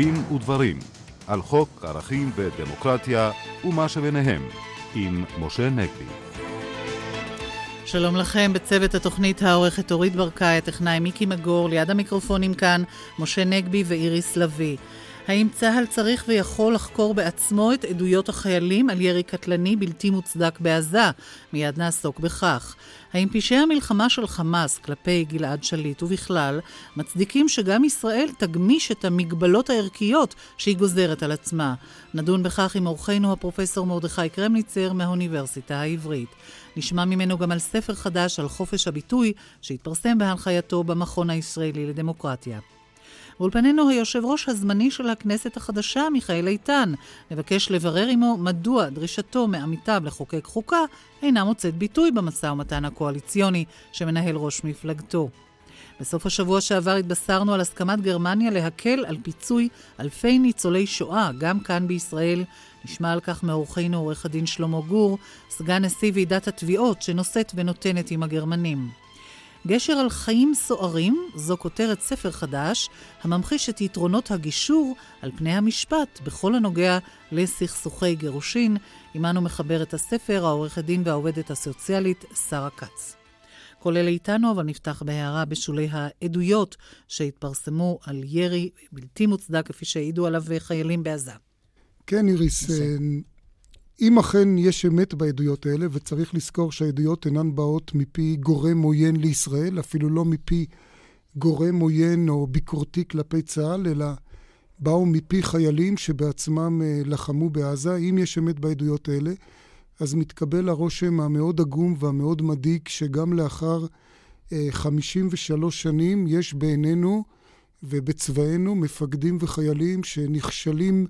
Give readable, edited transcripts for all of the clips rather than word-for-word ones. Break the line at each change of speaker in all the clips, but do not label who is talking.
דין ודברים על חוק ערכים ודמוקרטיה ומה שביניהם עם משה נגבי.
שלום לכם, בצוות התוכנית העורכת אורית ברקאי, הטכנאי מיקי מגור, ליד המיקרופונים כאן משה נגבי ואיריס לוי. האם צה"ל צריך ויכול לחקור בעצמו את עדויות החיילים על ירי קטלני בלתי מוצדק בעזה? מיד נעסוק בכך. האם פשעי המלחמה של חמאס כלפי גלעד שליט ובכלל מצדיקים שגם ישראל תגמיש את המגבלות הערכיות שהיא גוזרת על עצמה? נדון בכך עם אורחנו הפרופסור מרדכי קרמניצר מהאוניברסיטה העברית. נשמע ממנו גם על ספר חדש על חופש הביטוי שהתפרסם בהנחייתו במכון הישראלי לדמוקרטיה. ואולפנינו היושב ראש הזמני של הכנסת החדשה, מיכאל איתן, נבקש לברר עמו מדוע דרישתו מעמיתיו לחוקק חוקה אינה מוצאת ביטוי במשא ומתן הקואליציוני שמנהל ראש מפלגתו. בסוף השבוע שעבר התבשרנו על הסכמת גרמניה להקל על פיצוי אלפי ניצולי שואה, גם כאן בישראל. נשמע על כך מאורחנו עורך הדין שלמה גור, סגן נשיא ועידת התביעות שנושאת ונותנת עם הגרמנים. גשר על חיים סוערים, זו כותרת ספר חדש, הממחיש את יתרונות הגישור על פני המשפט בכל הנוגע לסכסוכי גירושין. עמנו מחבר את הספר העורך הדין והעובדת הסוציאלית שרה כץ. כל אלה איתנו, אבל נפתח בהערה בשולי העדויות שהתפרסמו על ירי בלתי מוצדק, כפי שהעידו עליו חיילים בעזה.
כן, איריס, אם אכן יש אמת בעדויות האלה, וצריך לזכור שהעדויות אינן באות מפי גורם עוין לישראל, אפילו לא מפי גורם עוין או ביקורתי כלפי צה"ל, אלא באו מפי חיילים שבעצמם לחמו בעזה. אם יש אמת בעדויות האלה, אז מתקבל הרושם המאוד עגום והמאוד מדאיג שגם לאחר 53 שנים יש בעינינו ובצבאנו מפקדים וחיילים שנכשלים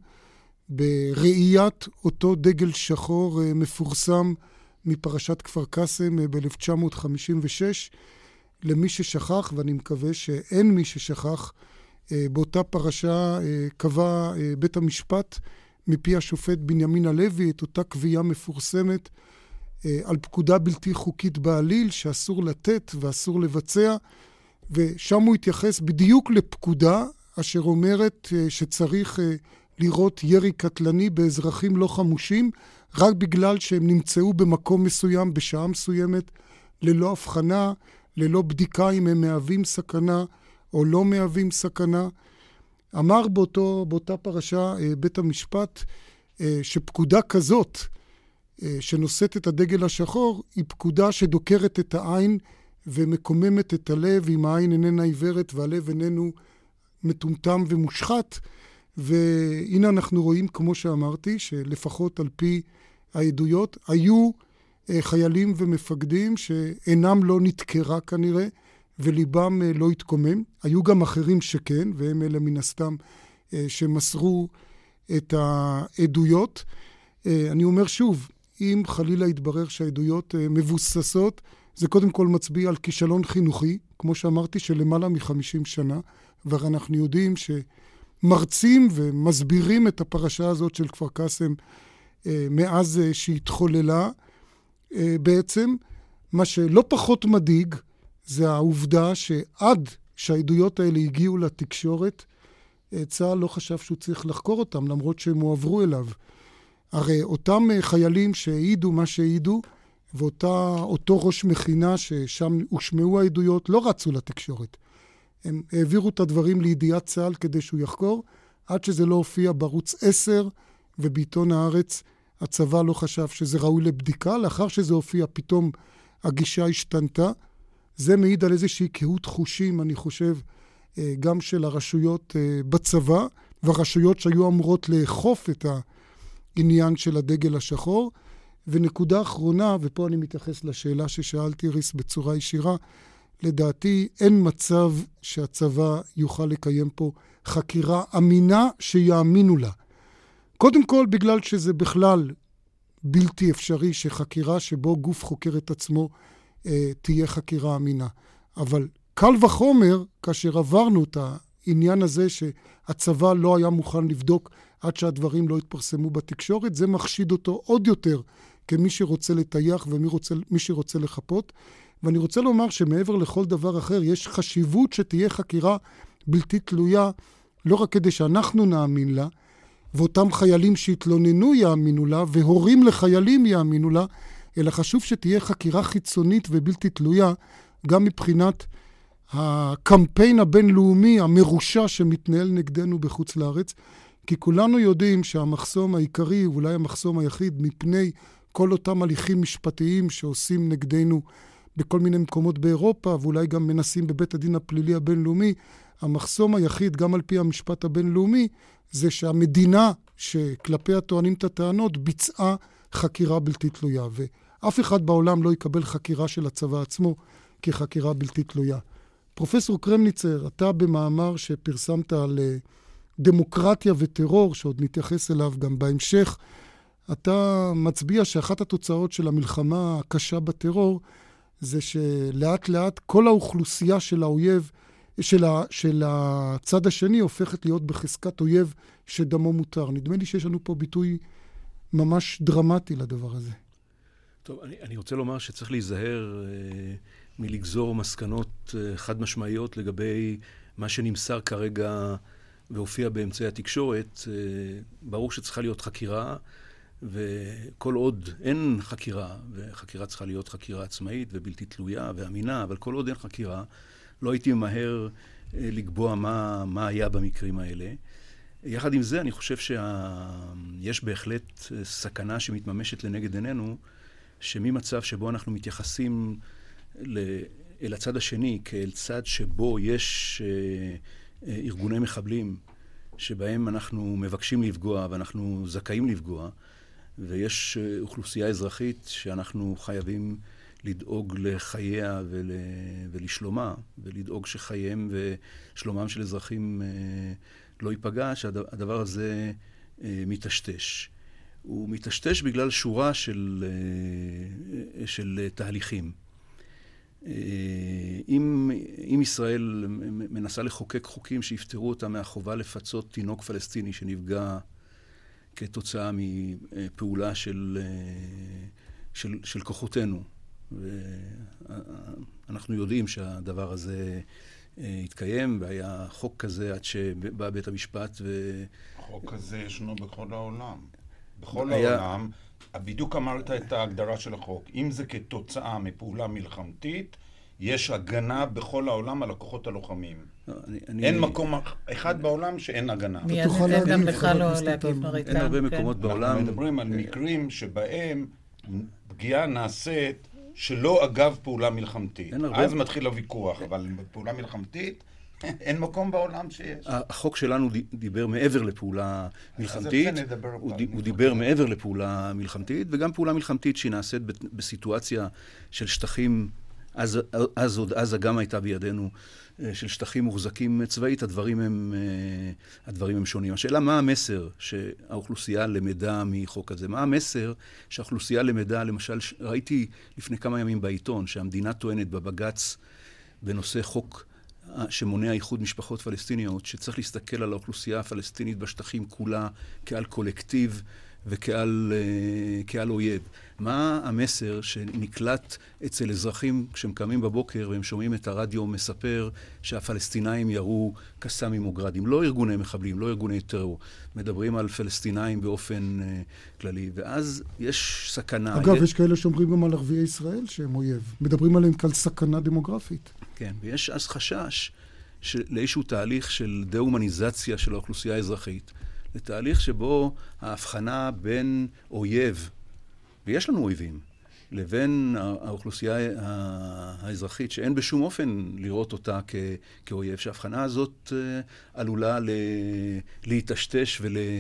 בראיית אותו דגל שחור מפורסם מפרשת כפר קאסם ב-1956. למי ששכח, ואני מקווה שאין מי ששכח, באותה פרשה קבע בית המשפט מפי השופט בנימין הלוי את אותה קביעה מפורסמת על פקודה בלתי חוקית בעליל שאסור לתת ואסור לבצע, ושם הוא התייחס בדיוק לפקודה אשר אומרת שצריך לראות ירי קטלני באזרחים לא חמושים רק בגלל שהם נמצאו במקום מסוים בשעה מסוימת, ללא הבחנה, ללא בדיקה אם הם מהווים סכנה או לא מהווים סכנה. אמר באותה פרשה בית המשפט שפקודה כזאת שנושאת את הדגל השחור היא פקודה שדוקרת את העין ומקוממת את הלב, אם העין איננה עיוורת והלב איננו מטומטם ומושחת. והנה אנחנו רואים, כמו שאמרתי, שלפחות על פי העדויות היו חיילים ומפקדים שאינם לא נתקרה כנראה וליבם לא התקומם. היו גם אחרים שכן, והם אלה מן הסתם שמסרו את העדויות. אני אומר שוב, אם חלילה יתברר שהעדויות מבוססות, זה קודם כל מצביע על כישלון חינוכי, כמו שאמרתי, של למעלה מ-50 שנה, ואנחנו יודעים שמרצים ומסבירים את הפרשה הזאת של כפר קאסם מאז שהתחוללה. בעצם מה שלא פחות מדאיג זה העובדה שעד שהעדויות האלה הגיעו לתקשורת, צה"ל לא חשב שהוא צריך לחקור אותם, למרות שהם הועברו אליו. הרי אותם חיילים שהעידו מה שהעידו, ואותו ראש מכינה ששם הושמעו העדויות, לא רצו לתקשורת. הם העבירו את הדברים לידיעת צה"ל כדי שהוא יחקור, עד שזה לא הופיע בערוץ 10 ובעיתון הארץ. הצבא לא חשב שזה ראוי לבדיקה, לאחר שזה הופיע פתאום הגישה השתנתה. זה מעיד על איזושהי קהות חושים, אני חושב, גם של הרשויות בצבא, והרשויות שהיו אמורות לאכוף את העניין של הדגל השחור. ונקודה אחרונה, ופה אני מתייחס לשאלה ששאלתי ריס בצורה ישירה, לדעתי אין מצב שהצבא יוכל לקיים פה חקירה אמינה שיאמינו לה. קודם כל בגלל שזה בכלל בלתי אפשרי שחקירה שבו גוף חוקר את עצמו תהיה חקירה אמינה. אבל קל וחומר כאשר עברנו את העניין הזה שהצבא לא היה מוכן לבדוק עד שהדברים לא התפרסמו בתקשורת, זה מחשיד אותו עוד יותר כמי שרוצה לטייח ומי שרוצה לחפות. ואני רוצה לומר שמעבר לכל דבר אחר יש חשיבות שתהיה חקירה בלתי תלויה לא רק כדי שאנחנו נאמין לה, ואותם חיילים שהתלוננו יאמינו לה, והורים לחיילים יאמינו לה, אלא חשוב שתהיה חקירה חיצונית ובלתי תלויה, גם מבחינת הקמפיין הבינלאומי המרושע שמתנהל נגדנו בחוץ לארץ, כי כולנו יודעים שהמחסום העיקרי, אולי המחסום היחיד, מפני כל אותם הליכים משפטיים שעושים נגדנו בכל מיני מקומות באירופה, ואולי גם מנסים בבית הדין הפלילי הבינלאומי, המחסום היחיד, גם על פי המשפט הבינלאומי, זה שהמדינה שכלפי הטוענים את הטענות ביצעה חקירה בלתי תלויה, ואף אחד בעולם לא יקבל חקירה של הצבא עצמו כחקירה בלתי תלויה. פרופסור קרמניצר, אתה במאמר שפרסמת על דמוקרטיה וטרור, שעוד נתייחס אליו גם בהמשך, אתה מצביע שאחת התוצאות של המלחמה הקשה בטרור, זה שלאט לאט כל האוכלוסייה של האויב, של הצד השני, הופכת להיות בחזקת אויב שדמו מותר. נדמה לי שיש לנו פה ביטוי ממש דרמטי לדבר הזה.
טוב, אני רוצה לומר שצריך להיזהר מלגזור מסקנות חד משמעיות לגבי מה שנמסר כרגע והופיע באמצעי התקשורת. ברור שצריכה להיות חקירה, וכל עוד אין חקירה, וחקירה צריכה להיות חקירה עצמאית ובלתי תלויה ואמינה, אבל כל עוד אין חקירה, לא הייתי ממהר לקבוע מה היה במקרים האלה. יחד עם זה, אני חושב שיש בהחלט סכנה שמתממשת לנגד עינינו, שממצב שבו אנחנו מתייחסים אל הצד השני, כאל צד שבו יש ארגוני מחבלים, שבהם אנחנו מבקשים לפגוע ואנחנו זכאים לפגוע, ויש אוכלוסייה אזרחית שאנחנו חייבים לדאוג לחייה ולשלומה, ולדאוג שחייהם ושלומם של אזרחים לא ייפגע, שהדבר הזה מתשתש. הוא מתשתש בגלל שורה של תהליכים. אם ישראל מנסה לחוקק חוקים שיפטרו אותה מהחובה לפצות תינוק פלסטיני שנפגע כתוצאה מפעולה של כוחותינו, ואנחנו יודעים שהדבר הזה התקיים, והיה חוק כזה עד שבא בית המשפט
החוק הזה ישנו בכל העולם. בכל העולם, בדיוק אמרת את ההגדרה של החוק. אם זה כתוצאה מפעולה מלחמתית, יש הגנה בכל העולם על הכוחות הלוחמים. אין מקום אחד בעולם שאין הגנה.
מיד ניתן גם לך לא להגיב מריקה.
אין הרבה מקומות בעולם.
אנחנו מדברים על מקרים שבהם פגיעה נעשית שלא אגב פעולה מלחמתית. אז מתחיל הוויכוח, אבל בפעולה מלחמתית אין מקום בעולם שיש.
החוק שלנו דיבר מעבר לפעולה מלחמתית. הוא דיבר מעבר לפעולה מלחמתית, וגם פעולה מלחמתית שהיא נעשית בסיטואציה של שטחים, אז גם הייתה בידינו, של שטחים מוחזקים צבאית, הדברים הם שונים. השאלה, מה המסר שהאוכלוסייה למדה מחוק הזה? מה המסר שהאוכלוסייה למדה? למשל, ראיתי לפני כמה ימים בעיתון שהמדינה טוענת בבג"ץ בנושא חוק שמונע איחוד משפחות פלסטיניות, שצריך להסתכל על האוכלוסייה הפלסטינית בשטחים כולה כעל קולקטיב וכעל אויב. מה המסר שנקלט אצל אזרחים כשהם קמים בבוקר והם שומעים את הרדיו מספר שהפלסטינאים ירו קסאמים או גראדים? לא ארגוני מחבלים, לא ארגוני טרור. מדברים על פלסטינאים באופן כללי, ואז יש סכנה.
אגב, יש כאלה שאומרים גם על ערביי ישראל שהם אויב. מדברים עליהם כעל סכנה דמוגרפית.
כן, ויש אז חשש לאיזשהו תהליך של דה-הומניזציה של האוכלוסייה האזרחית, לתהליך שבו ההבחנה בין אויב, ויש לנו אויבים, לבין האוכלוסייה האזרחית, שאין בשום אופן לראות אותה כאויב, שההבחנה הזאת עלולה להיטשטש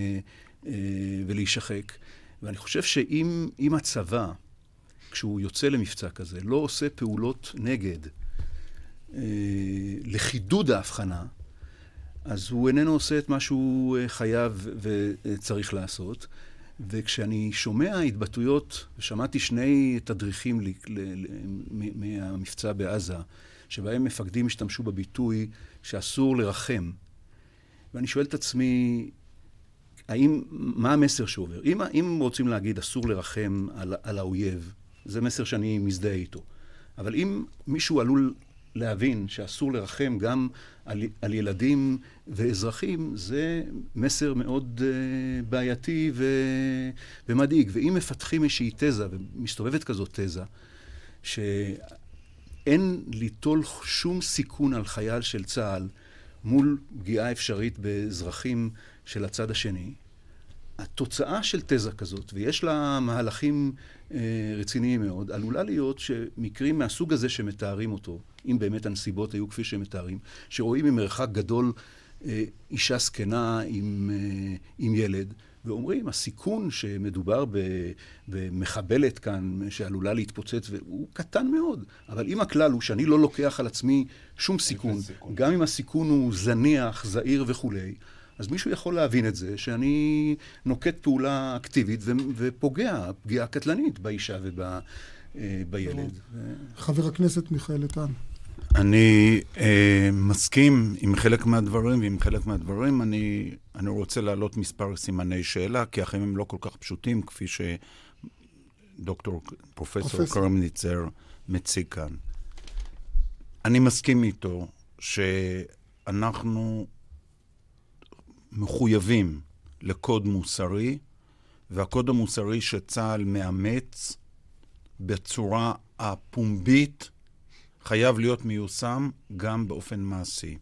ולהישחק. ואני חושב שאם הצבא, כשהוא יוצא למבצע כזה, לא עושה פעולות נגד לחידוד ההבחנה, אז הוא איננו עושה את מה שהוא חייב וצריך לעשות. וכשאני שומע התבטאויות, ושמעתי שני תדריכים מהמבצע בעזה, שבהם מפקדים השתמשו בביטוי שאסור לרחם. ואני שואל את עצמי, מה המסר שעובר? אם רוצים להגיד אסור לרחם על האויב, זה מסר שאני מזדהה איתו. אבל אם מישהו עלול להבין שאסור לרחם גם על ילדים ואזרחים, זה מסר מאוד בעייתי ומדאיג. ואם מפתחים איזושהי תזה, ומסתובבת כזאת תזה, שאין ליטול שום סיכון על חייל של צה"ל מול פגיעה אפשרית באזרחים של הצד השני, התוצאה של תזה כזאת, ויש לה מהלכים רציניים מאוד, עלולה להיות שמקרים מהסוג הזה שמתארים אותו, אם באמת הנסיבות היו כפי שמתארים, שרואים ממרחק גדול אישה זקנה עם ילד, ואומרים, הסיכון שמדובר במחבלת כאן, שעלולה להתפוצץ, הוא קטן מאוד. אבל אם הכלל הוא שאני לא לוקח על עצמי שום סיכון, גם אם הסיכון הוא זניח, זעיר וכולי, אז מישהו יכול להבין את זה, שאני נוקט פעולה אקטיבית ופוגע, פגיעה קטלנית באישה ובילד.
חבר הכנסת מיכאל איתן.
אני מסכים עם חלק מהדברים, ועם חלק מהדברים אני רוצה להעלות מספר סימני שאלה, כי החיים הם לא כל כך פשוטים, כפי פרופסור קרמניצר מציג כאן. אני מסכים איתו שאנחנו מחויבים לקוד מוסרי, והקוד המוסרי שצה"ל מאמץ בצורה הפומבית חייב להיות מיושם גם באופן מעשי.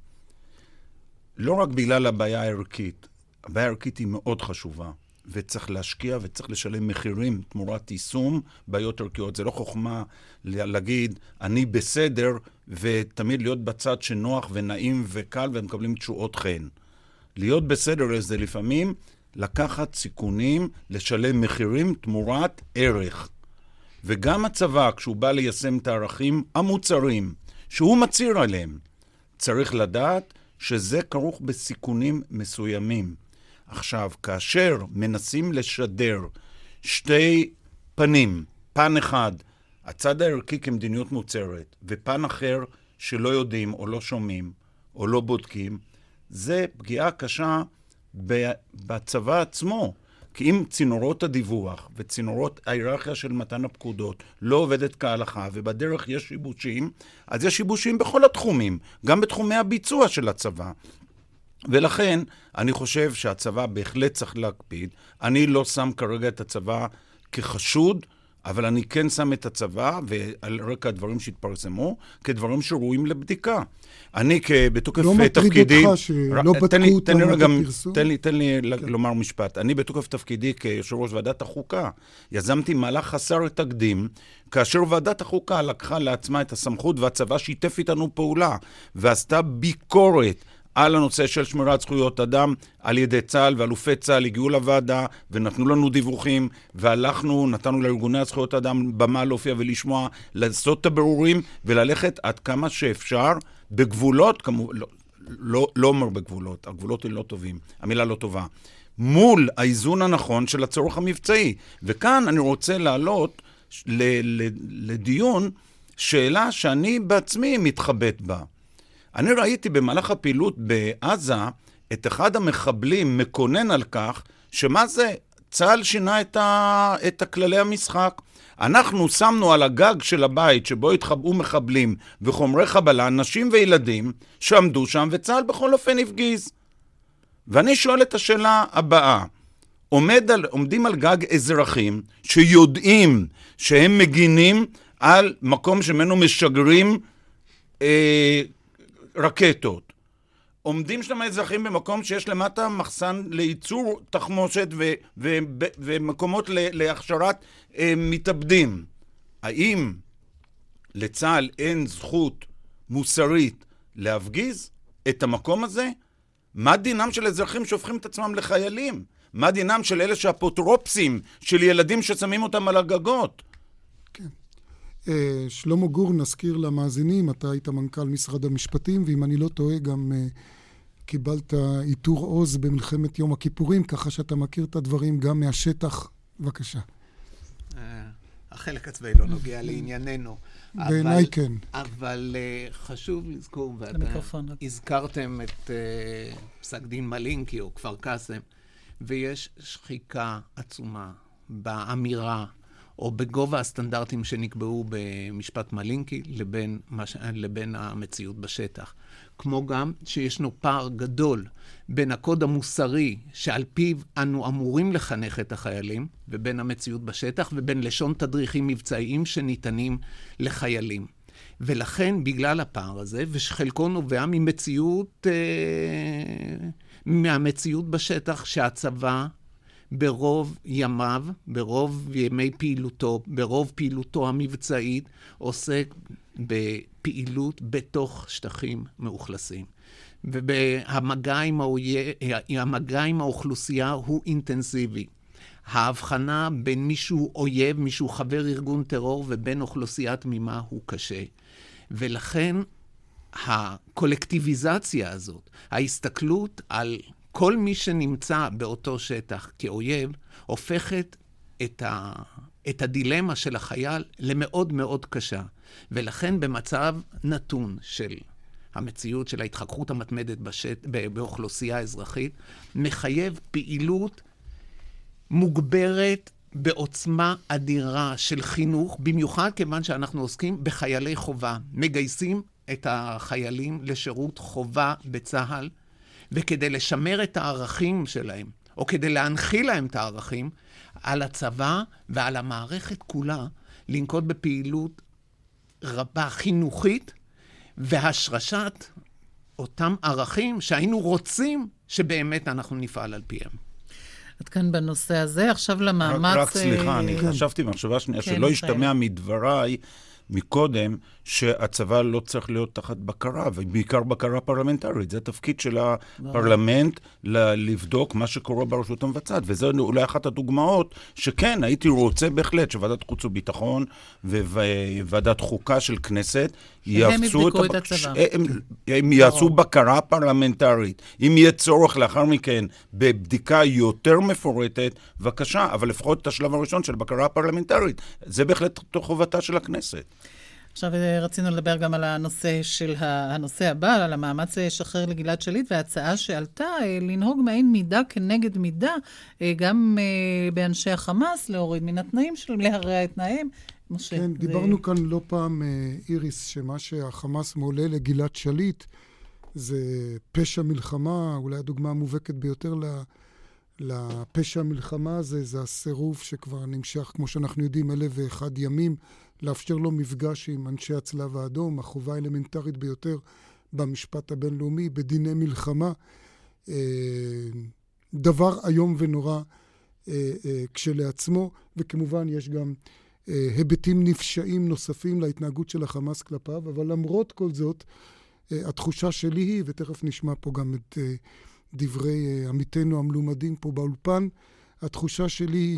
לא רק בגלל הבעיה הערכית. הבעיה הערכית היא מאוד חשובה, וצריך להשקיע וצריך לשלם מחירים תמורת יישום בעיות ערכיות. זה לא חוכמה להגיד, אני בסדר, ותמיד להיות בצד שנוח ונעים וקל ומקבלים תשואות חן. להיות בסדר זה לפעמים לקחת סיכונים, לשלם מחירים תמורת ערך. וגם הצבא, כשהוא בא ליישם את הערכים המוצרים, שהוא מצהיר עליהם, צריך לדעת שזה כרוך בסיכונים מסוימים. עכשיו, כאשר מנסים לשדר שתי פנים, פן אחד, הצד הערכי כמדיניות מוצרת, ופן אחר שלא יודעים או לא שומעים או לא בודקים, זה פגיעה קשה בצבא עצמו. כי אם צינורות הדיווח וצינורות ההיררכיה של מתן הפקודות לא עובדת כהלכה ובדרך יש שיבושים, אז יש שיבושים בכל התחומים, גם בתחומי הביצוע של הצבא. ולכן אני חושב שהצבא בהחלט צריך להקפיד. אני לא שם כרגע את הצבא כחשוד, אבל אני כן שם את הצבא, ועל רקע הדברים שהתפרסמו, כדברים שראויים לבדיקה. אני בתוקף תפקידי...
לא מטריד אותך שלא בדקו אותם את הפרסום?
תן לי לומר משפט. אני בתוקף תפקידי כיושב ראש ועדת החוקה, יזמתי מהלך חסר תקדים, כאשר ועדת החוקה לקחה לעצמה את הסמכות, והצבא שיתף איתנו פעולה, ועשתה ביקורת על הנושא של שמירת זכויות אדם על ידי צה"ל, ואלופי צה"ל הגיעו לוועדה ונתנו לנו דיווחים, והלכנו, נתנו לארגוני הזכויות אדם במה להופיע ולשמוע, לעשות את הבירורים וללכת עד כמה שאפשר בגבולות, לא אומר בגבולות, הגבולות הם לא טובים, המילה לא טובה, מול האיזון הנכון של הצורך המבצעי. וכאן אני רוצה לעלות לדיון שאלה שאני בעצמי מתחבט בה. אני ראיתי במהלך הפעילות בעזה את אחד המחבלים מקונן על כך שמה זה צה"ל שינה את הכללי המשחק. אנחנו שמנו על הגג של הבית שבו התחבאו מחבלים וחומרי חבלה, נשים וילדים שעמדו שם, וצה"ל בכל אופן הפגיז. ואני שואל את השאלה הבאה, עומדים על גג אזרחים שיודעים שהם מגינים על מקום שמנו משגרים רקטות. עומדים שם אזרחים במקום שיש למטה מחסן לייצור תחמושת ומקומות להכשרת מתאבדים. האם לצה"ל אין זכות מוסרית להפגיז את המקום הזה? מה דינם של אזרחים שהופכים את עצמם לחיילים? מה דינם של אלה שהאפוטרופסים של ילדים ששמים אותם על הגגות?
כן. שלמה גור, נזכיר למאזינים, אתה היית מנכ"ל משרד המשפטים, ואם אני לא טועה גם קיבלת איתור עוז במלחמת יום הכיפורים, ככה שאתה מכיר את הדברים גם מהשטח. בבקשה.
החלק הצבאי לא נוגע לענייננו.
בעיניי כן.
אבל חשוב לזכור, ואתה הזכרתם את פסק דין מלינקי או כפר קאסם, ויש שחיקה עצומה באמירה או בגובה הסטנדרטים שנקבעו במשפט מלינקי לבין המציאות בשטח. כמו גם שישנו פער גדול בין הקוד המוסרי שעל פיו אנו אמורים לחנך את החיילים, ובין המציאות בשטח, ובין לשון תדריכים מבצעיים שניתנים לחיילים. ולכן, בגלל הפער הזה, ושחלקו נובע מהמציאות בשטח, שהצבא ברוב ימיו, ברוב ימי פעילותו, ברוב פעילותו המבצעית, עוסק בפעילות בתוך שטחים מאוכלסים. והמגע עם האוכלוסייה הוא אינטנסיבי. ההבחנה בין מישהו אויב, מישהו חבר ארגון טרור, ובין אוכלוסייה תמימה הוא קשה. ולכן הקולקטיביזציה הזאת, ההסתכלות על כל מי שנמצא באותו שטח כאויב, הופכת את הדילמה של החייל למאוד מאוד קשה. ולכן במצב נתון של המציאות של ההתחככות המתמדת באוכלוסייה האזרחית, מחייב פעילות מוגברת בעוצמה אדירה של חינוך, במיוחד כיוון שאנחנו עוסקים בחיילי חובה. מגייסים את החיילים לשירות חובה בצה"ל, וכדי לשמר את הערכים שלהם, או כדי להנחיל להם את הערכים, על הצבא ועל המערכת כולה, לנקוט בפעילות רבה חינוכית, והשרשת אותם ערכים שהיינו רוצים שבאמת אנחנו נפעל על פיהם.
עד כאן בנושא הזה, עכשיו למאמץ...
רק סליחה, אני חשבתי מחשבה שנייה, שלא ישתמע מדבריי מקודם, שהצבא לא צריך להיות תחת בקרה, ובעיקר בקרה פרלמנטרית. זה התפקיד של הפרלמנט לבדוק מה שקורה ברשות המבצעת, וזה אולי אחת הדוגמאות שכן, הייתי רוצה בהחלט שוועדת חוץ וביטחון וועדת חוקה של כנסת הם יעשו בקרה פרלמנטרית. אם יהיה צורך לאחר מכן בבדיקה יותר מפורטת, בבקשה, אבל לפחות את השלב הראשון של בקרה פרלמנטרית. זה בהחלט תוך חובתה של הכנסת.
עכשיו רצינו לדבר גם על הנושא הבא, על המאמץ לשחרר לגלעד שליט, וההצעה שעלתה לנהוג מעין מידה כנגד מידה, גם באנשי החמאס, להוריד מן התנאים שלהם, להרע את תנאים. משה,
כן, דיברנו כאן לא פעם, איריס, שמה שהחמאס מעולה לגלעד שליט, זה פשע מלחמה, אולי הדוגמה המובהקת ביותר לפשע המלחמה הזה, זה הסירוב שכבר נמשך, כמו שאנחנו יודעים, 1,001 ימים, לאפשר לו מפגש עם אנשי הצלב האדום, החובה האלמנטרית ביותר במשפט הבינלאומי, בדיני מלחמה. דבר היום ונורא כשלעצמו, וכמובן יש גם היבטים נפשעים נוספים להתנהגות של החמאס כלפיו, אבל למרות כל זאת, התחושה שלי היא, ותכף נשמע פה גם את דברי עמיתנו המלומדים פה באולפן, התחושה שלי היא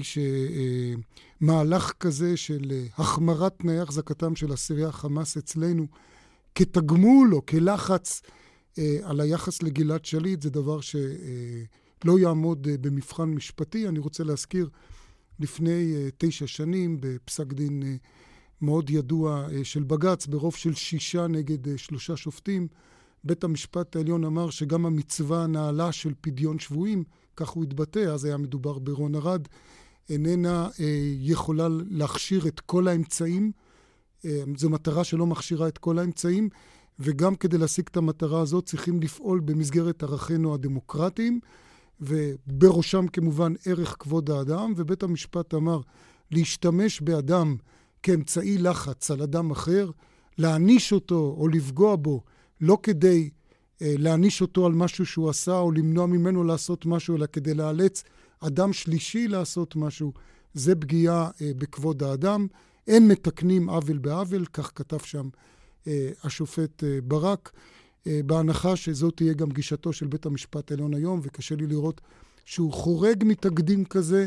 שמהלך כזה של החמרת תנאי החזקתם של אסירי החמאס אצלנו כתגמול או כלחץ על היחס לגלעד שליט, זה דבר שלא יעמוד במבחן משפטי. אני רוצה להזכיר, לפני 9 שנים, בפסק דין מאוד ידוע של בג"ץ, ברוב של 6 נגד 3 שופטים, בית המשפט העליון אמר שגם המצווה הנעלה של פדיון שבויים, כך הוא התבטא, אז היה מדובר ברון ארד, איננה יכולה להכשיר את כל האמצעים, זו מטרה שלא מכשירה את כל האמצעים, וגם כדי להשיג את המטרה הזאת צריכים לפעול במסגרת ערכינו הדמוקרטיים, ובראשם כמובן ערך כבוד האדם, ובית המשפט אמר להשתמש באדם כאמצעי לחץ על אדם אחר, להעניש אותו או לפגוע בו, לא כדי להעניש אותו על משהו שהוא עשה או למנוע ממנו לעשות משהו, אלא כדי לאלץ אדם שלישי לעשות משהו, זה פגיעה בכבוד האדם. אין מתקנים עוול בעוול, כך כתב שם השופט ברק, בהנחה שזאת תהיה גם גישתו של בית המשפט העליון היום, וקשה לי לראות שהוא חורג מתקדים כזה.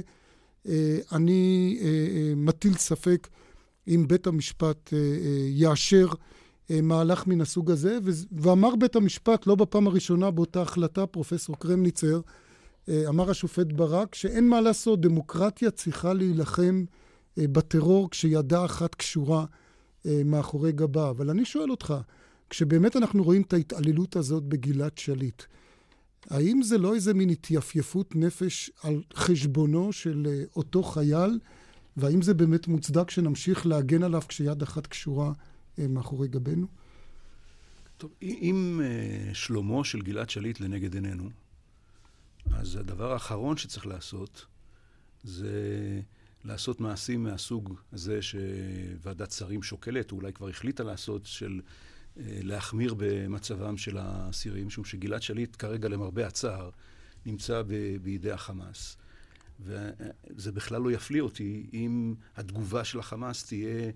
אני מטיל ספק אם בית המשפט יאשר מהלך מן הסוג הזה, ואמר בית המשפט, לא בפעם הראשונה באותה החלטה, פרופסור קרמניצר, אמר השופט ברק, שאין מה לעשות, דמוקרטיה צריכה להילחם בטרור כשידה אחת קשורה מאחורי גבה. אבל אני שואל אותך, כשבאמת אנחנו רואים את ההתעללות הזאת בגלעד שליט, האם זה לא איזה מין התייפייפות נפש על חשבונו של אותו חייל? והאם זה באמת מוצדק שנמשיך להגן עליו כשיד אחת קשורה מאחורי גבינו?
טוב, אם שלומו של גלעד שליט לנגד עינינו, אז הדבר האחרון שצריך לעשות זה לעשות מעשים מהסוג הזה שוועדת שרים שוקלת, או אולי כבר החליטה לעשות, של להחמיר במצבם של האסירים, משום שגלעד שליט כרגע למרבה הצער נמצא בידי החמאס. וזה בכלל לא יפליא אותי אם התגובה של החמאס תהיה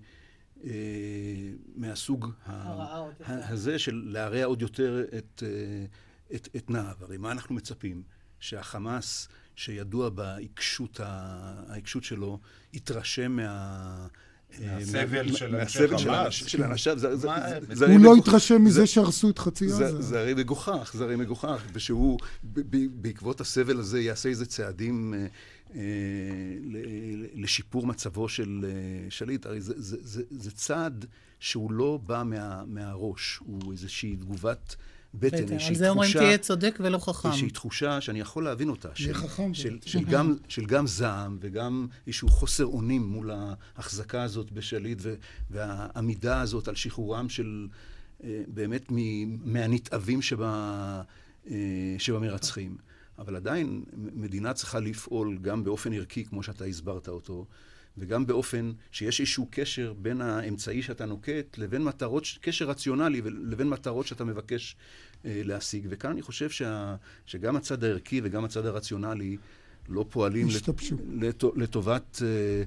מהסוג הזה של להרע עוד יותר את תנאיו. הרי מה אנחנו מצפים? שהחמאס, שידוע בעיקשות שלו, יתרשם
מהסבל של
אנשיו.
הוא לא יתרשם מזה שהרסו את חצי עזה.
זה הרי מגוחך, ושהוא בעקבות הסבל הזה יעשה איזה צעדים לשיפור מצבו של שליט. הרי זה צעד שהוא לא בא מהראש, הוא איזושהי תגובת בטן.
על זה אומרים תהיה צודק ולא חכם.
איזושהי תחושה שאני יכול להבין אותה, של גם זעם וגם איזשהו חוסר אונים מול ההחזקה הזאת בשליט, והעמידה הזאת על שחרורם של באמת מהנתעבים שבמרצחים. אבל עדיין מדינה צריכה לפעול גם באופן ערכי, כמו שאתה הסברת אותו, וגם באופן שיש איזשהו קשר בין האמצעי שאתה נוקט לבין מטרות, קשר רציונלי לבין מטרות שאתה מבקש להשיג. וכאן אני חושב שגם הצד הערכי וגם הצד הרציונלי לא פועלים לטובת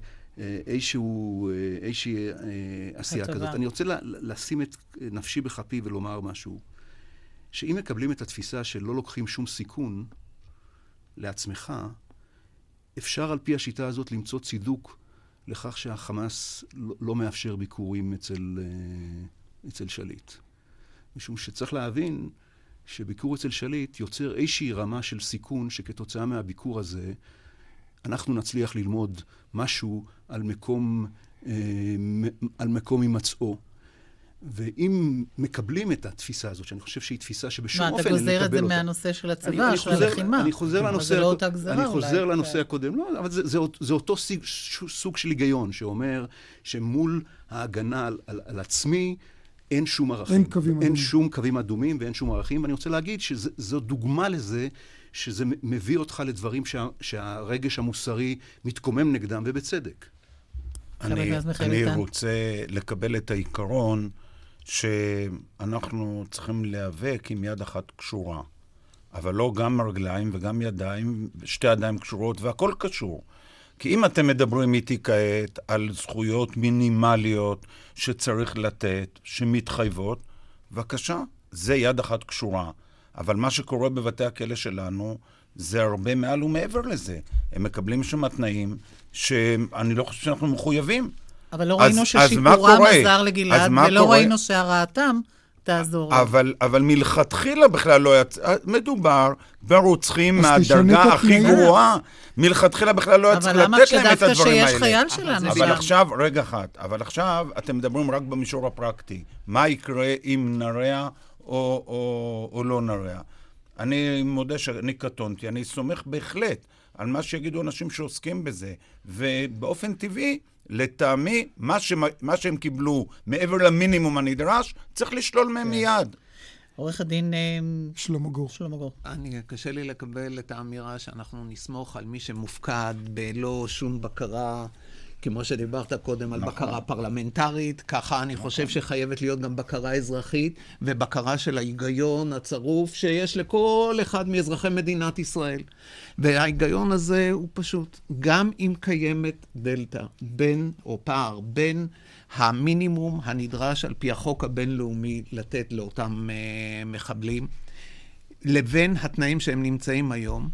איזושהי עשייה כזאת. אני רוצה לשים את נפשי בכפי ולומר משהו, שאם מקבלים את התפיסה שלא לוקחים שום סיכון לעצמך, אפשר על פי השיטה הזאת למצוא צידוק לכך שהחמאס לא מאפשר ביקורים אצל שליט. משום שצריך להבין שביקור אצל שליט יוצר איזושהי רמה של סיכון שכתוצאה מהביקור הזה אנחנו נצליח ללמוד משהו על מקום הימצאו. ואם מקבלים את התפיסה הזאת, שאני חושב שהיא תפיסה שבשום אופן
אתה גוזר את זה מהנושא של הצבא, של הלחימה.
אני חוזר לנושא הקודם. לא, אבל זה אותו סוג של היגיון, שאומר שמול ההגנה על עצמי, אין שום ערכים. אין שום קווים אדומים ואין שום ערכים. ואני רוצה להגיד שזו דוגמה לזה, שזה מביא אותך לדברים שהרגש המוסרי מתקומם נגדם, ובצדק.
אני רוצה לקבל את העיקרון שאנחנו צריכים להיאבק עם יד אחת קשורה, אבל לא גם רגליים וגם ידיים, שתי ידיים קשורות, והכל קשור. כי אם אתם מדברים איתי כעת על זכויות מינימליות שצריך לתת, שמתחייבות, בבקשה, זה יד אחת קשורה. אבל מה שקורה בבתי הכלא שלנו, זה הרבה מעל ומעבר לזה. הם מקבלים שם תנאים שאני לא חושב שאנחנו מחויבים.
אבל לא ראינו ששיפורם עזר לגלעד, ולא ראינו שהרעתם תעזור.
אבל מלכתחילה בכלל לא מדובר ברוצחים מהדרגה הכי גרועה. מלכתחילה בכלל לא צריך לתת להם את הדברים האלה. אבל למה כשדווקא שיש חייל שלנו?
אבל
עכשיו, רגע אחד, אבל עכשיו אתם מדברים רק במישור הפרקטי. מה יקרה אם נרע או לא נרע? אני מודה שאני קטונתי, אני סומך בהחלט על מה שיגידו אנשים שעוסקים בזה, ובאופן טבעי, לטעמי, מה שהם קיבלו מעבר למינימום הנדרש, צריך לשלול מהם מיד.
עורך הדין
שלמה גור.
קשה לי לקבל את האמירה שאנחנו נסמוך על מי שמופקד בלא שום בקרה, כמו שדיברת קודם על בקרה פרלמנטרית, ככה אני חושב שחייבת להיות גם בקרה אזרחית, ובקרה של ההיגיון הצרוף שיש לכל אחד מאזרחי מדינת ישראל. וההיגיון הזה הוא פשוט, גם אם קיימת דלטה או פער בין המינימום הנדרש על פי החוק הבינלאומי לתת לאותם מחבלים, לבין התנאים שהם נמצאים היום,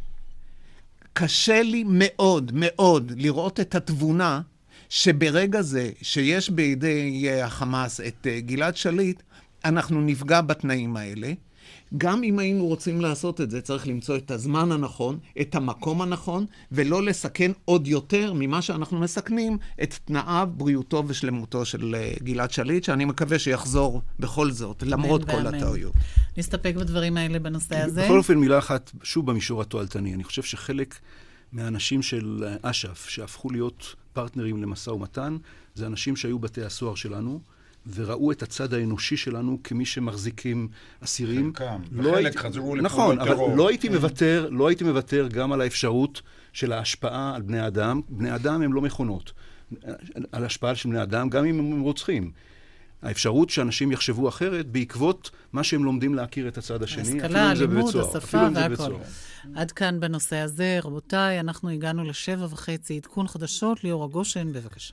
קשה לי מאוד מאוד לראות את התבונה שברגע זה שיש בידי החמאס את גלעד שליט, אנחנו נפגע בתנאים האלה. גם אם היינו רוצים לעשות את זה, צריך למצוא את הזמן הנכון, את המקום הנכון, ולא לסכן עוד יותר ממה שאנחנו מסכנים את תנאיו, בריאותו ושלמותו של גלעד שליט, שאני מקווה שיחזור בכל זאת, למרות כל הטעויות.
נסתפק בדברים האלה בנושא הזה.
בכל אופן, מילה אחת, שוב במישור התועלתני. אני חושב שחלק מהאנשים של אש"ף, שהפכו להיות פרטנרים למשא ומתן, זה אנשים שהיו בתי הסוהר שלנו, וראו את הצד האנושי שלנו כמי שמחזיקים אסירים.
חלקם, וחלק חזרו לפעולות
נכון,
טרור.
אבל לא הייתי מוותר גם על האפשרות של ההשפעה על בני אדם. בני אדם הם לא מכונות. על השפעה של בני אדם, גם אם הם רוצחים. האפשרות שאנשים יחשבו אחרת בעקבות מה שהם לומדים להכיר את הצד השני.
השכלה, לימוד, השפה והכל. עד כאן בנושא הזה, רבותיי, אנחנו הגענו ל7:30, עדכון חדשות, ליאורה גושן, בבקשה.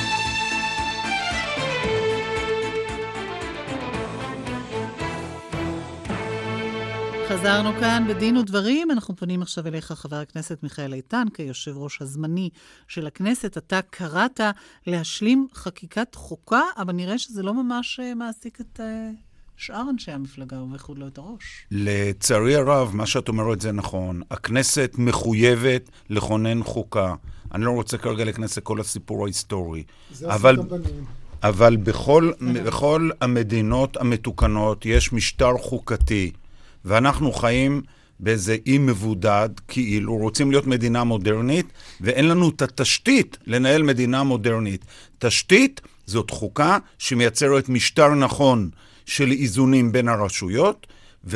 חזרנו כאן בדין ודברים, אנחנו פונים עכשיו אליך, חבר הכנסת מיכאל איתן, כיושב ראש הזמני של הכנסת. אתה קראת להשלים חקיקת חוקה, אבל נראה שזה לא ממש מעסיק את שאר אנשי המפלגה, ובייחוד לא את הראש.
לצערי הרב, מה שאת אומרת זה נכון. הכנסת מחויבת לכונן חוקה. אני לא רוצה כרגע לכנס כל הסיפור ההיסטורי. אבל בכל המדינות המתוקנות יש משטר חוקתי. ואנחנו חיים באיזה אי מבודד, כאילו רוצים להיות מדינה מודרנית, ואין לנו את התשתית לנהל מדינה מודרנית. תשתית זאת חוקה שמייצרת משטר נכון של איזונים בין הרשויות,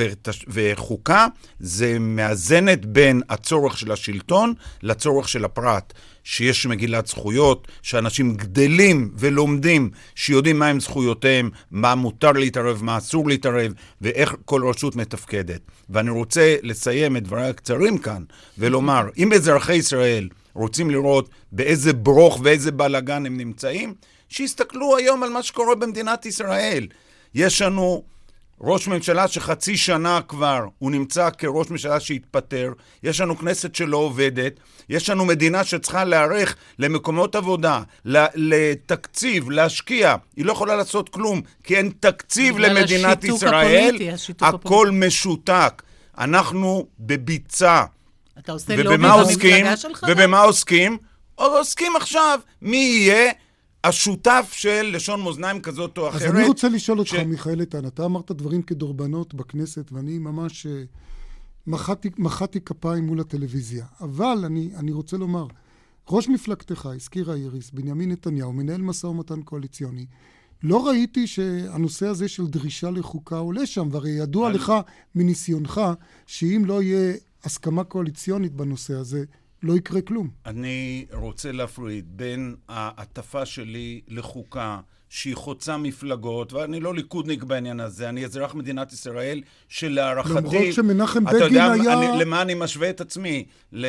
וחוקה זה מאזנת בין הצורך של השלטון לצורך של הפרט, שיש מגילת זכויות, שאנשים גדלים ולומדים, שיודעים מהם זכויותיהם, מה מותר להתערב, מה אסור להתערב, ואיך כל רשות מתפקדת. ואני רוצה לסיים את דבריי הקצרים כאן, ולומר, אם אזרחי ישראל רוצים לראות באיזה ברוך ואיזה בלגן הם נמצאים, שיסתכלו היום על מה שקורה במדינת ישראל. יש לנו ראש ממשלה שחצי שנה כבר הוא נמצא כראש ממשלה שהתפטר, יש לנו כנסת שלא עובדת, יש לנו מדינה שצריכה להערך למקומות עבודה, לתקציב, להשקיע, היא לא יכולה לעשות כלום, כי אין תקציב למדינת ישראל, הכל משותק. אנחנו בביצה.
אתה עושה לובי במפלגה שלך?
ובמה עוסקים? עוסקים עכשיו מי יהיה השותף של לשון מאזניים כזאת או אחרת.
אז אני רוצה לשאול אותך, מיכאל איתן, אתה אמרת דברים כדורבנות בכנסת, ואני ממש מחאתי כפיים מול הטלוויזיה. אבל אני רוצה לומר, ראש מפלגתך, הזכירה איריס, בנימין נתניהו, מנהל משא ומתן קואליציוני, לא ראיתי שהנושא הזה של דרישה לחוקה עולה שם, והרי ידוע לך מניסיונך, שאם לא יהיה הסכמה קואליציונית בנושא הזה, לא יקרה כלום.
אני רוצה להפריד בין העטפה שלי לחוקה שהיא חוצה מפלגות, ואני לא ליכודניק בעניין הזה, אני אזרח מדינת ישראל שלהערכתי...
למרות שמנחם בגין היה...
למה אני משווה את עצמי?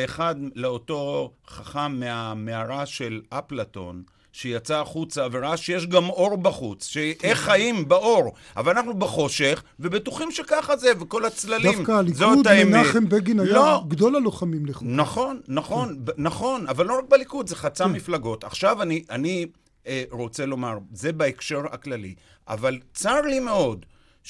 לאותו חכם מהמערה של אפלטון, שיצא החוצה וראה שיש גם אור בחוץ, שאיך חיים באור, אבל אנחנו בחושך, ובטוחים שככה זה, וכל הצללים,
דווקא הליכוד, מנחם בגין היה גדול הלוחמים לחוקה.
נכון, אבל לא רק בליכוד, זה חצה מפלגות. עכשיו אני רוצה לומר, זה בהקשר הכללי, אבל צר לי מאוד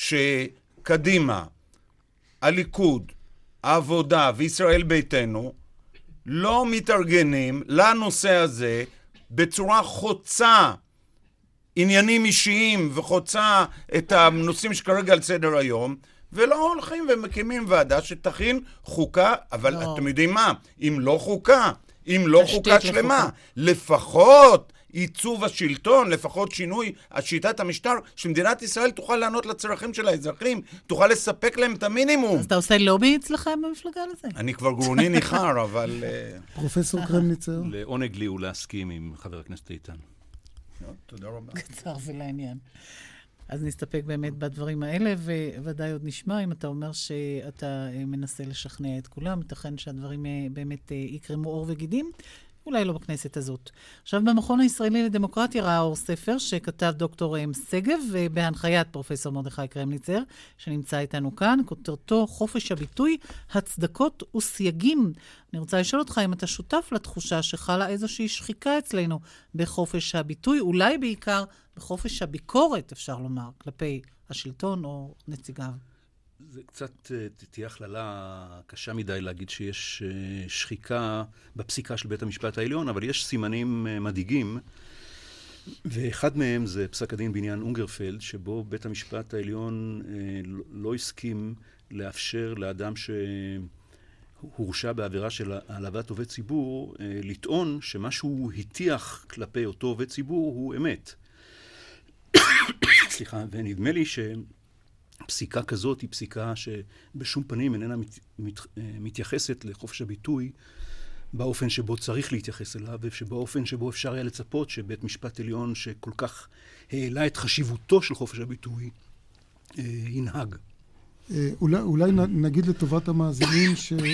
שקדימה, הליכוד, העבודה וישראל ביתנו, לא מתארגנים לנושא הזה, בצורה חוצה עניינים אישיים וחוצה את הנושאים שכרגע על סדר היום, ולא הולכים ומקימים ועדה שתכין חוקה, אבל אתם יודעים מה? אם לא חוקה שלמה, לפחות עיצוב השלטון, לפחות שינוי השיטת המשטר, שמדינת ישראל תוכל לענות לצרכים של האזרחים, תוכל לספק להם את המינימום.
אז אתה עושה לובי אצלכם במפלגה לזה?
אני כבר גרוני ניחר, אבל...
פרופסור קרמניצר.
לעונג לי ולהסכים עם חבר הכנסת איתן.
תודה רבה.
קצר ולעניין. אז נסתפק באמת בדברים האלה, וודאי עוד נשמע, אם אתה אומר שאתה מנסה לשכנע את כולם, ייתכן שהדברים באמת יקרמו עור וגידים, אולי לא בכנסת הזאת. עכשיו, במכון הישראלי לדמוקרטיה ראה אור ספר שכתב דוקטור שגב, בהנחיית פרופסור מרדכי קרמניצר, שנמצא איתנו כאן, כותרתו חופש הביטוי, הצדקות וסייגים. אני רוצה לשאול אותך אם אתה שותף לתחושה שחלה איזושהי שחיקה אצלנו בחופש הביטוי, אולי בעיקר בחופש הביקורת, אפשר לומר, כלפי השלטון או נציגיו.
זה קצת תהיה הכללה קשה מדי להגיד שיש שחיקה בפסיקה של בית המשפט העליון, אבל יש סימנים מדאיגים, ואחד מהם זה פסק הדין בעניין אונגרפלד, שבו בית המשפט העליון לא הסכים לאפשר לאדם הורשע בעבירה של העלבת עובד ציבור, לטעון שמה שהוא הטיח כלפי אותו עובד ציבור הוא אמת. סליחה, ונדמה לי שפסיקה כזאת היא פסיקה שבשום פנים איננה מתייחסת לחופש הביטוי באופן שבו צריך להתייחס אליו, ובאופן שבו אפשר היה לצפות שבית משפט עליון שכל כך העלה את חשיבותו של חופש הביטוי ינהג.
אולי נגיד לטובת המאזינים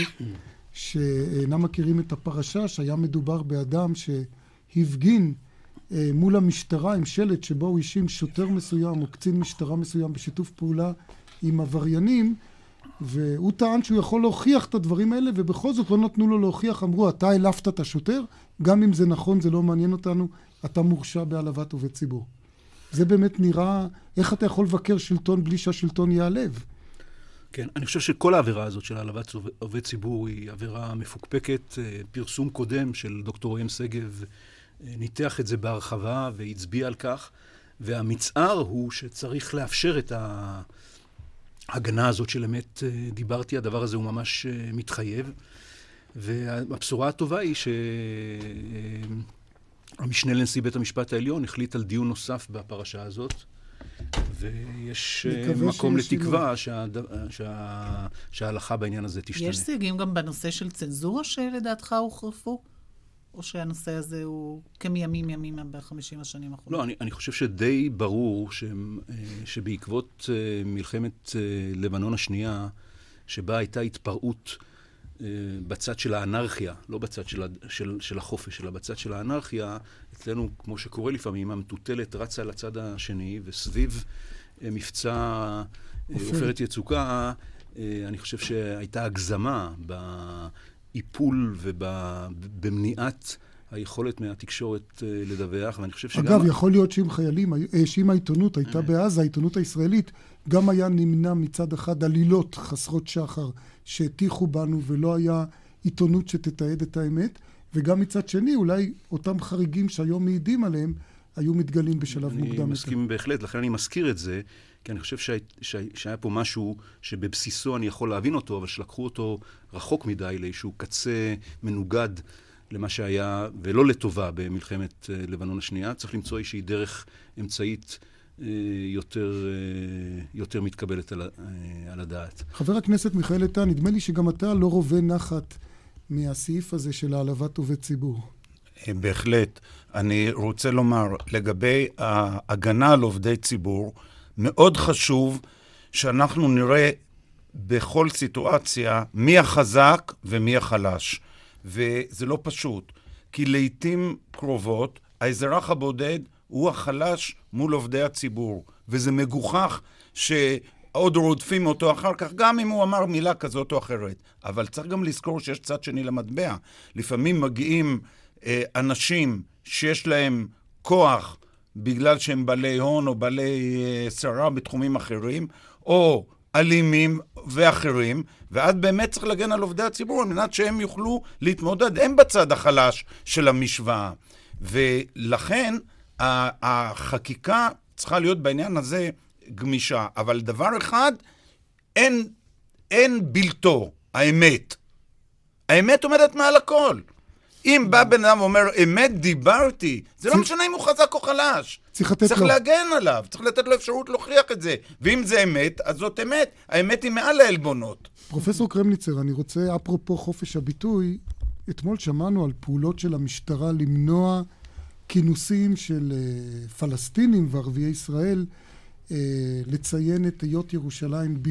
שאינם מכירים את הפרשה, שהיה מדובר באדם שהפגין מול המשטרה עם שלט שבו הוא האשים שוטר מסוים או קצין משטרה מסוים בשיתוף פעולה עם עבריינים, והוא טען שהוא יכול להוכיח את הדברים האלה, ובכל זאת לא נתנו לו להוכיח, אמרו, אתה העלבת את השוטר, גם אם זה נכון, זה לא מעניין אותנו, אתה מורשע בהעלבת עובד ציבור. זה באמת נראה, איך אתה יכול לבקר שלטון בלי שהשלטון יעלב?
כן, אני חושב שכל העבירה הזאת של העלבת עובד ציבור היא עבירה מפוקפקת. פרסום קודם של דוקטור ראם שגב ניתח את זה בהרחבה והצביע על כך, והמצער הוא שצריך לאפשר את ההגנה הזאת של אמת דיברתי, הדבר הזה הוא ממש מתחייב, והבשורה הטובה היא שהמשנה לנשיא בית המשפט העליון החליט על דיון נוסף בפרשה הזאת, ויש מקום לתקווה שההלכה בעניין הזה תשתנה.
יש סייגים גם בנושא של צנזורה שלדעתך הוחרפו? או שהנושא הזה הוא כמימים ימימה ב50 השנים האחרונות?
לא, אני חושב שדי ברור שבעקבות מלחמת לבנון השנייה, שבה הייתה התפרעות בצד של האנרכיה, לא בצד של החופש, אלא בצד של האנרכיה, אצלנו, כמו שקורה לפעמים, המטוטלת רצה לצד השני, וסביב מבצע עופרת יצוקה, אני חושב שהייתה הגזמה באיפול ובמניעת היכולת מהתקשורת לדווח, ואני חושב שגם...
אגב, יכול להיות שאם העיתונות הייתה בעזה, העיתונות הישראלית, גם היה נמנע מצד אחד עלילות חסרות שחר שהטיחו בנו, ולא היה עיתונות שתתעד את האמת, וגם מצד שני, אולי אותם חריגים שהיום מעידים עליהם, היו מתגלים בשלב מוקדם יותר.
אני מסכים בהחלט, לכן אני מזכיר את זה, כי אני חושב שהיה פה משהו שבבסיסו אני יכול להבין אותו, אבל שלקחו אותו רחוק מדי לאיזשהו קצה מנוגד למה שהיה, ולא לטובה במלחמת לבנון השנייה. צריך למצוא איזושהי דרך אמצעית יותר מתקבלת על הדעת.
חבר הכנסת מיכאל איתן, נדמה לי שגם אתה לא רובה נחת מהסעיף הזה של העלבת עובד ציבור.
בהחלט. אני רוצה לומר, לגבי ההגנה על עובדי ציבור, מאוד חשוב שאנחנו נראה בכל סיטואציה מי החזק ומי החלש. וזה לא פשוט, כי לעתים קרובות האזרח הבודד הוא החלש מול עובדי הציבור, וזה מגוחך שעוד רודפים אותו אחר כך, גם אם הוא אמר מילה כזאת או אחרת. אבל צריך גם לזכור שיש צד שני למטבע. לפעמים מגיעים אנשים שיש להם כוח בגלל שהם בעלי הון או בעלי שרה בתחומים אחרים, או אלימים ואחרים, ואז באמת צריך להגן על עובדי הציבור, על מנת שהם יוכלו להתמודד. הם בצד החלש של המשוואה. ולכן החקיקה צריכה להיות בעניין הזה גמישה. אבל דבר אחד, אין בלתו, האמת. האמת עומדת מעל הכל. אם בא בן אדם ואומר, אמת דיברתי, זה לא משנה אם הוא חזק או חלש. צריך להגן עליו, צריך לתת לו אפשרות להוכיח את זה. ואם זה אמת, אז זאת אמת. האמת היא מעל העלבונות.
פרופסור קרמניצר, אני רוצה, אפרופו חופש הביטוי, אתמול שמענו על פעולות של המשטרה למנוע כינוסים של פלסטינים וערביי ישראל, לציין את היות ירושלים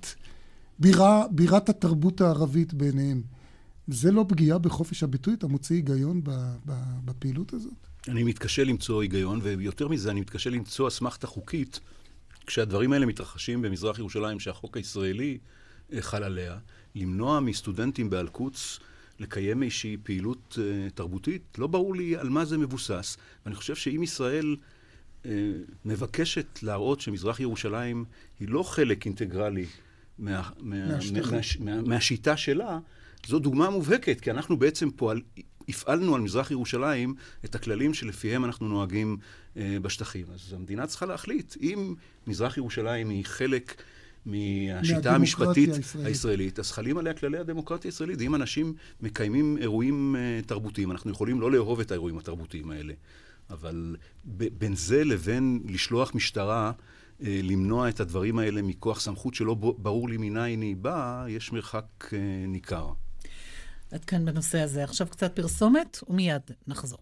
בירת התרבות הערבית ביניהם. זה לא פגיעה בחופש הביטוי? אתה מוציא היגיון בפעילות הזאת?
אני מתקשה למצוא היגיון, ויותר מזה אני מתקשה למצוא אסמכתה חוקית, כשהדברים האלה מתרחשים במזרח ירושלים, שהחוק הישראלי חל עליה, למנוע מסטודנטים באל-קודס לקיים איזושהי פעילות תרבותית. לא ברור לי על מה זה מבוסס, ואני חושב שאם ישראל מבקשת להראות שמזרח ירושלים היא לא חלק אינטגרלי מהשיטה שלה, זו דוגמה מובהקת, כי אנחנו בעצם הפעלנו על מזרח ירושלים את הכללים שלפיהם אנחנו נוהגים בשטחים. אז המדינה צריכה להחליט, אם מזרח ירושלים היא חלק מהשיטה המשפטית הישראלית, אז חלים עליה כללי הדמוקרטיה הישראלית. אם אנשים מקיימים אירועים תרבותיים, אנחנו יכולים לא לאהוב את האירועים התרבותיים האלה, אבל בין זה לבין לשלוח משטרה, למנוע את הדברים האלה מכוח סמכות שלא ברור לי מניין היא באה, יש מרחק ניכר.
עד כאן בנושא הזה. עכשיו קצת פרסומת ומיד נחזור.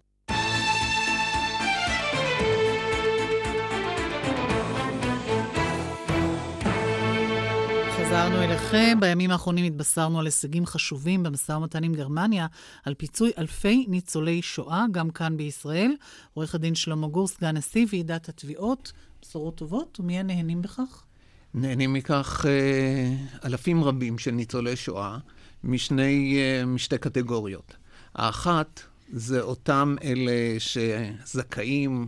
חזרנו אליכם. בימים האחרונים התבשרנו על הישגים חשובים במשא ומתן עם גרמניה, על פיצוי אלפי ניצולי שואה, גם כאן בישראל. עורך הדין שלמה גור, סגן נשיא ועידת התביעות, בשורות טובות, ומי הנהנים בכך?
נהנים מכך אלפים רבים של ניצולי שואה, משתי קטגוריות. האחת זה אותם אלה שזכאים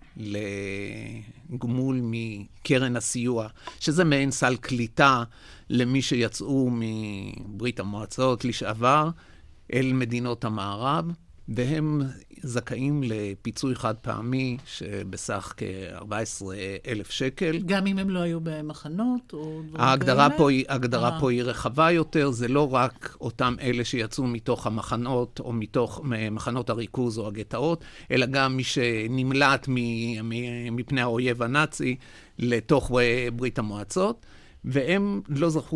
לגמול מקרן הסיוע, שזה מעין סל קליטה למי שיצאו מברית המועצות לשעבר אל מדינות המערב, והם זכאים לפיצוי חד פעמי שבסך כ-14,000 שקל.
גם אם הם לא היו במחנות או דברים
ההגדרה פה היא רחבה יותר, זה לא רק אותם אלה שיצאו מתוך המחנות או מתוך מחנות הריכוז או הגטאות, אלא גם מי שנמלט מפני האויב הנאצי לתוך ברית המועצות, והם לא זכו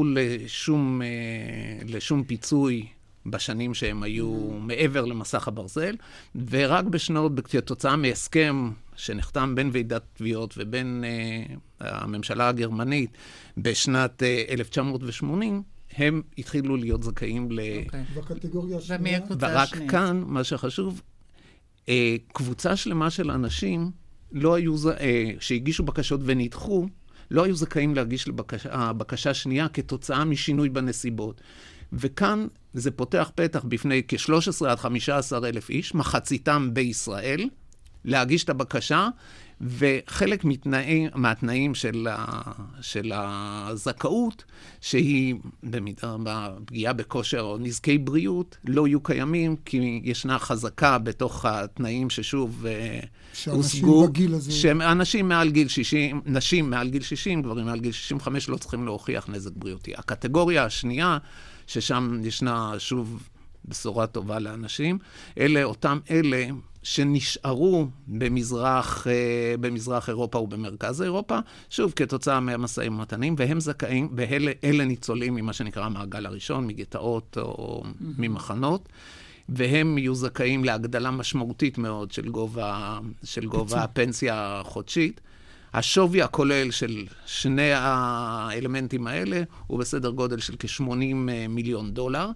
לשום פיצוי בשנים שהם היו מעבר למסך הברזל, ורק כתוצאה מהסכם שנחתם בין ועידת תביעות ובין הממשלה הגרמנית בשנת 1980, הם התחילו להיות זכאים
בקטגוריה השנייה.
ורק כאן, מה שחשוב, קבוצה שלמה של אנשים שהגישו בקשות ונדחו, לא היו זכאים להגיש בקשה שנייה כתוצאה משינוי בנסיבות. וכאן זה פותח פתח בפני כ-13 עד 15 אלף איש, מחציתם בישראל, להגיש את הבקשה, וחלק מהתנאים של הזכאות, שהיא בפגיעה בכושר או נזקי בריאות, לא יהיו קיימים, כי ישנה חזקה בתוך התנאים ששוב הושגו, שאנשים מעל גיל 60, נשים מעל גיל 60, גברים מעל גיל 65 לא צריכים להוכיח נזק בריאותי. הקטגוריה השנייה, ששם ישנה שוב בשורה טובה לאנשים, אותם אלה שנשארו במזרח אירופה ובמרכז אירופה, שוב כתוצאה מהמשאים ומתנים, והם זכאים, ואלה ניצולים ממה שנקרא המעגל הראשון, מגטאות או ממחנות, והם יהיו זכאים להגדלה משמעותית מאוד של גובה הפנסיה החודשית. השווי הכולל של שני האלמנטים האלה הוא בסדר גודל של כ-$80 מיליון,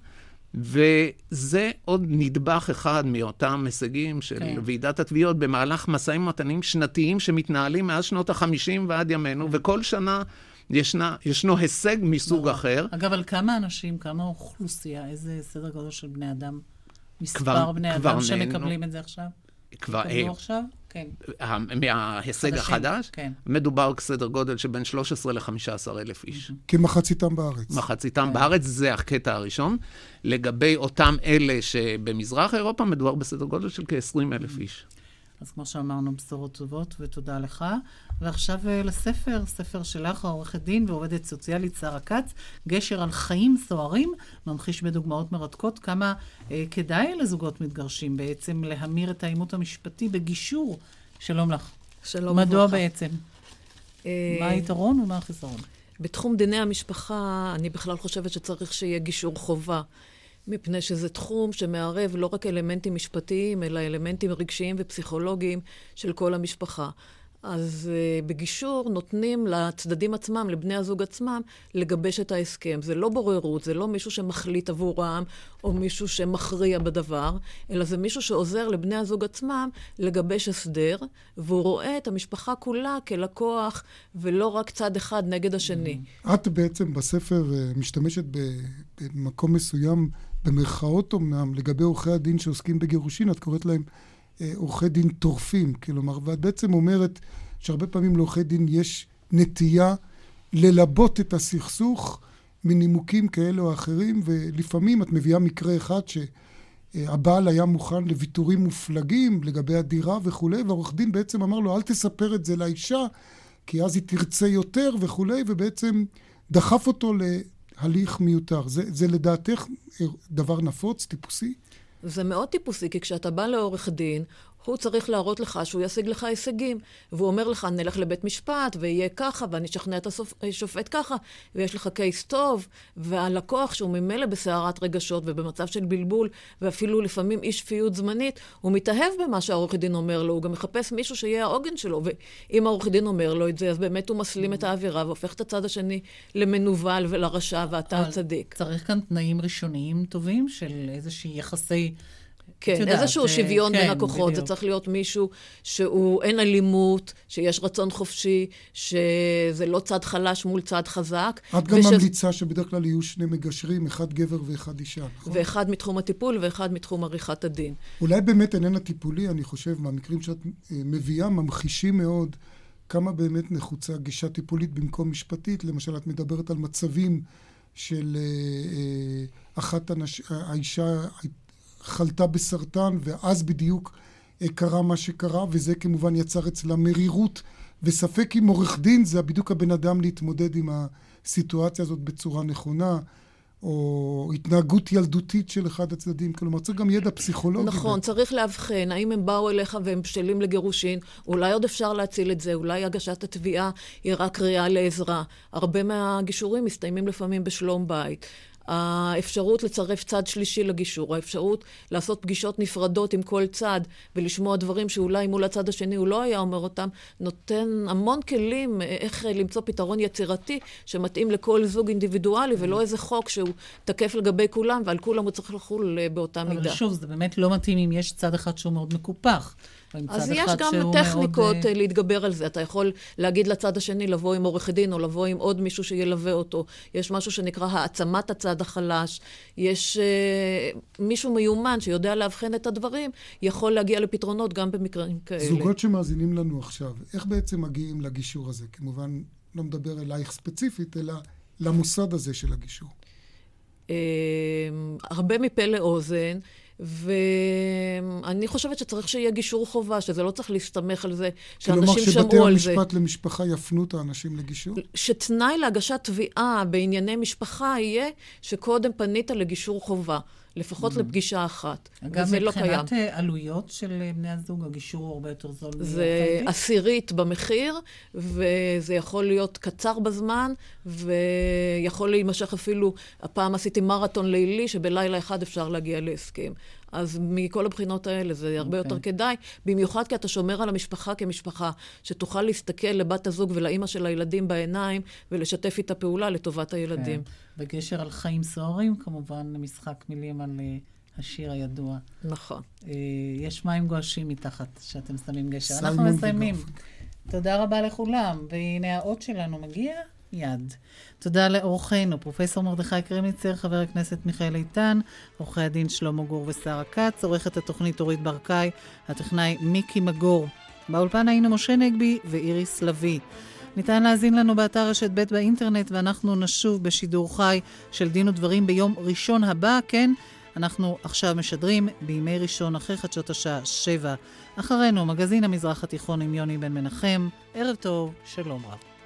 וזה עוד נדבך אחד מאותם הישגים של ועידת התביעות במהלך משאים ומתנים שנתיים שמתנהלים מאז שנות ה-50 ועד ימינו, וכל שנה ישנו הישג מסוג אחר.
אגב, על כמה אנשים, כמה אוכלוסייה, איזה סדר גודל של בני אדם, מספר בני אדם שמקבלים את זה עכשיו?
כבר
עכשיו? כן.
מההישג החדש, מדובר בסדר גודל שבין 13 ל-15 אלף איש.
כמחציתם בארץ.
מחציתם בארץ, זה הקטע הראשון. לגבי אותם אלה שבמזרח אירופה, מדובר בסדר גודל של כ-20 אלף איש.
אז כמו שאמרנו, בשורות טובות, ותודה לך. ועכשיו לספר, ספר שלך, העורכת דין ועובדת סוציאלית שרה כץ, גשר על חיים סוערים, ממחיש בדוגמאות מרתקות כמה כדאי לזוגות מתגרשים בעצם להמיר את העימות המשפטי בגישור. שלום לך.
שלום.
מדוע בעצם? מה היתרון ומה החיסרון?
בתחום דיני המשפחה, אני בכלל חושבת שצריך שיהיה גישור חובה. מפני שזה תחום שמערב לא רק אלמנטים משפטיים, אלא אלמנטים רגשיים ופסיכולוגיים של כל המשפחה. אז בגישור נותנים לצדדים עצמם, לבני הזוג עצמם, לגבש את ההסכם. זה לא בוררות, זה לא מישהו שמחליט עבורם, או מישהו שמכריע בדבר, אלא זה מישהו שעוזר לבני הזוג עצמם לגבש הסדר, והוא רואה את המשפחה כולה כלקוח, ולא רק צד אחד נגד השני.
את בעצם בספר משתמשת במקום מסוים, במרכאות אומנם, לגבי עורכי הדין שעוסקים בגירושין, את קוראת להם עורכי דין טורפים, כלומר, ואת בעצם אומרת שהרבה פעמים לעורכי דין יש נטייה ללבות את הסכסוך מנימוקים כאלה או אחרים, ולפעמים את מביאה מקרה אחד שהבעל היה מוכן לוויתורים מופלגים לגבי הדירה וכו', והעורך דין בעצם אמר לו, אל תספר את זה לאישה, כי אז היא תרצה יותר וכו', ובעצם דחף אותו להליך מיותר. זה לדעתך דבר נפוץ, טיפוסי?
זה מאוד טיפוסי, כי כשאתה בא לעורך דין, הוא צריך להראות לך שהוא ישיג לך הישגים. והוא אומר לך, נלך לבית משפט, ויהיה ככה, ואני אשכנע את השופט ככה, ויש לך קייס טוב, והלקוח שהוא ממילא בסערת רגשות, ובמצב של בלבול, ואפילו לפעמים אי שפיות זמנית, הוא מתאהב במה שהעורך דין אומר לו, הוא גם מחפש מישהו שיהיה העוגן שלו, ואם העורך דין אומר לו את זה, אז באמת הוא מסלים את האווירה, והופך את הצד השני למנוול ולרשע, ואתה הצדיק.
צריך כאן תנאים ראשוניים טובים של איזושהי יחסי...
כן, איזשהו שוויון בין הכוחות. זה צריך להיות מישהו שהוא אין אלימות, שיש רצון חופשי, שזה לא צד חלש מול צד חזק.
את גם ממליצה שבדרך כלל יהיו שני מגשרים, אחד גבר ואחד אישה, נכון?
ואחד מתחום הטיפול ואחד מתחום עריכת הדין.
אולי באמת איננה טיפולי, אני חושב, מהמקרים שאת מביאה, ממחישים מאוד כמה באמת נחוצה גישה טיפולית במקום משפטית. למשל, את מדברת על מצבים של האישה חלתה בסרטן, ואז בדיוק קרה מה שקרה, וזה כמובן יצר אצלה מרירות, וספק אם עורך דין זה בדיוק הבן אדם להתמודד עם הסיטואציה הזאת בצורה נכונה, או התנהגות ילדותית של אחד הצדדים. כלומר, צריך גם ידע פסיכולוגי.
נכון, צריך להבחן, האם הם באו אליך והם בשלים לגירושין, אולי עוד אפשר להציל את זה, אולי הגשת התביעה היא רק קריאה לעזרה. הרבה מהגישורים מסתיימים לפעמים בשלום בית. האפשרות לצרף צד שלישי לגישור, האפשרות לעשות פגישות נפרדות עם כל צד ולשמוע דברים שאולי מול הצד השני הוא לא היה אומר אותם, נותן המון כלים איך למצוא פתרון יצירתי שמתאים לכל זוג אינדיבידואלי ולא איזה חוק שהוא תקף לגבי כולם ועל כולם הוא צריך לחול באותה מידה.
אבל שוב, זה באמת לא מתאים אם יש צד אחד שהוא מאוד מקופח.
אז יש גם טכניקות להתגבר על זה. אתה יכול להגיד לצד השני לבוא עם עורך דין, או לבוא עם עוד מישהו שילווה אותו. יש משהו שנקרא העצמת הצד החלש. יש מישהו מיומן שיודע להבחן את הדברים, יכול להגיע לפתרונות גם במקרים כאלה.
זוגות שמאזינים לנו עכשיו, איך בעצם מגיעים לגישור הזה? כמובן, לא מדבר אלייך ספציפית, אלא למוסד הזה של הגישור.
הרבה מפה לאוזן, ואני חושבת שצריך שיהיה גישור חובה, שזה לא צריך להסתמך על זה, שאנשים שמעו על זה.
כלומר, שבתי המשפט למשפחה יפנו את האנשים לגישור?
שתנאי להגשת תביעה בענייני משפחה יהיה שקודם פנית לגישור חובה. לפחות לפגישה אחת.
וזה לא קיים. גם מבחינת עלויות של בני הזוג, הגישור הוא הרבה יותר זול.
זה עשירית במחיר, וזה יכול להיות קצר בזמן, ויכול להימשך אפילו, הפעם עשיתי מרתון לילי, שבלילה אחד אפשר להגיע להסכם. אז מכל הבחינות האלה זה הרבה יותר כדאי, במיוחד כי אתה שומר על המשפחה כמשפחה, שתוכל להסתכל לבת הזוג ולאמא של הילדים בעיניים, ולשתף איתה פעולה לטובת הילדים.
בגשר על חיים סוערים, כמובן, משחק מילים על השיר הידוע.
נכון.
יש מים גועשים מתחת שאתם שמים גשר. אנחנו מסיימים. תודה רבה לכולם, והנה האות שלנו מגיע מיד. תודה לאורחנו, פרופסור מרדכי קרמניצר, חבר הכנסת מיכאל איתן, עורכי הדין שלמה גור ושרה כץ, עורכת התוכנית אורית ברקאי, הטכנאי מיקי מגור. באולפן היינו משה נגבי ואיריס לוי. ניתן להזין לנו באתר רשת ב' באינטרנט, ואנחנו נשוב בשידור חי של דין ודברים ביום ראשון הבא. כן, אנחנו עכשיו משדרים בימי ראשון אחרי חדשות השעה 7. אחרינו, מגזין המזרח התיכון עם יוני בן מנחם. ערב טוב, שלום רב.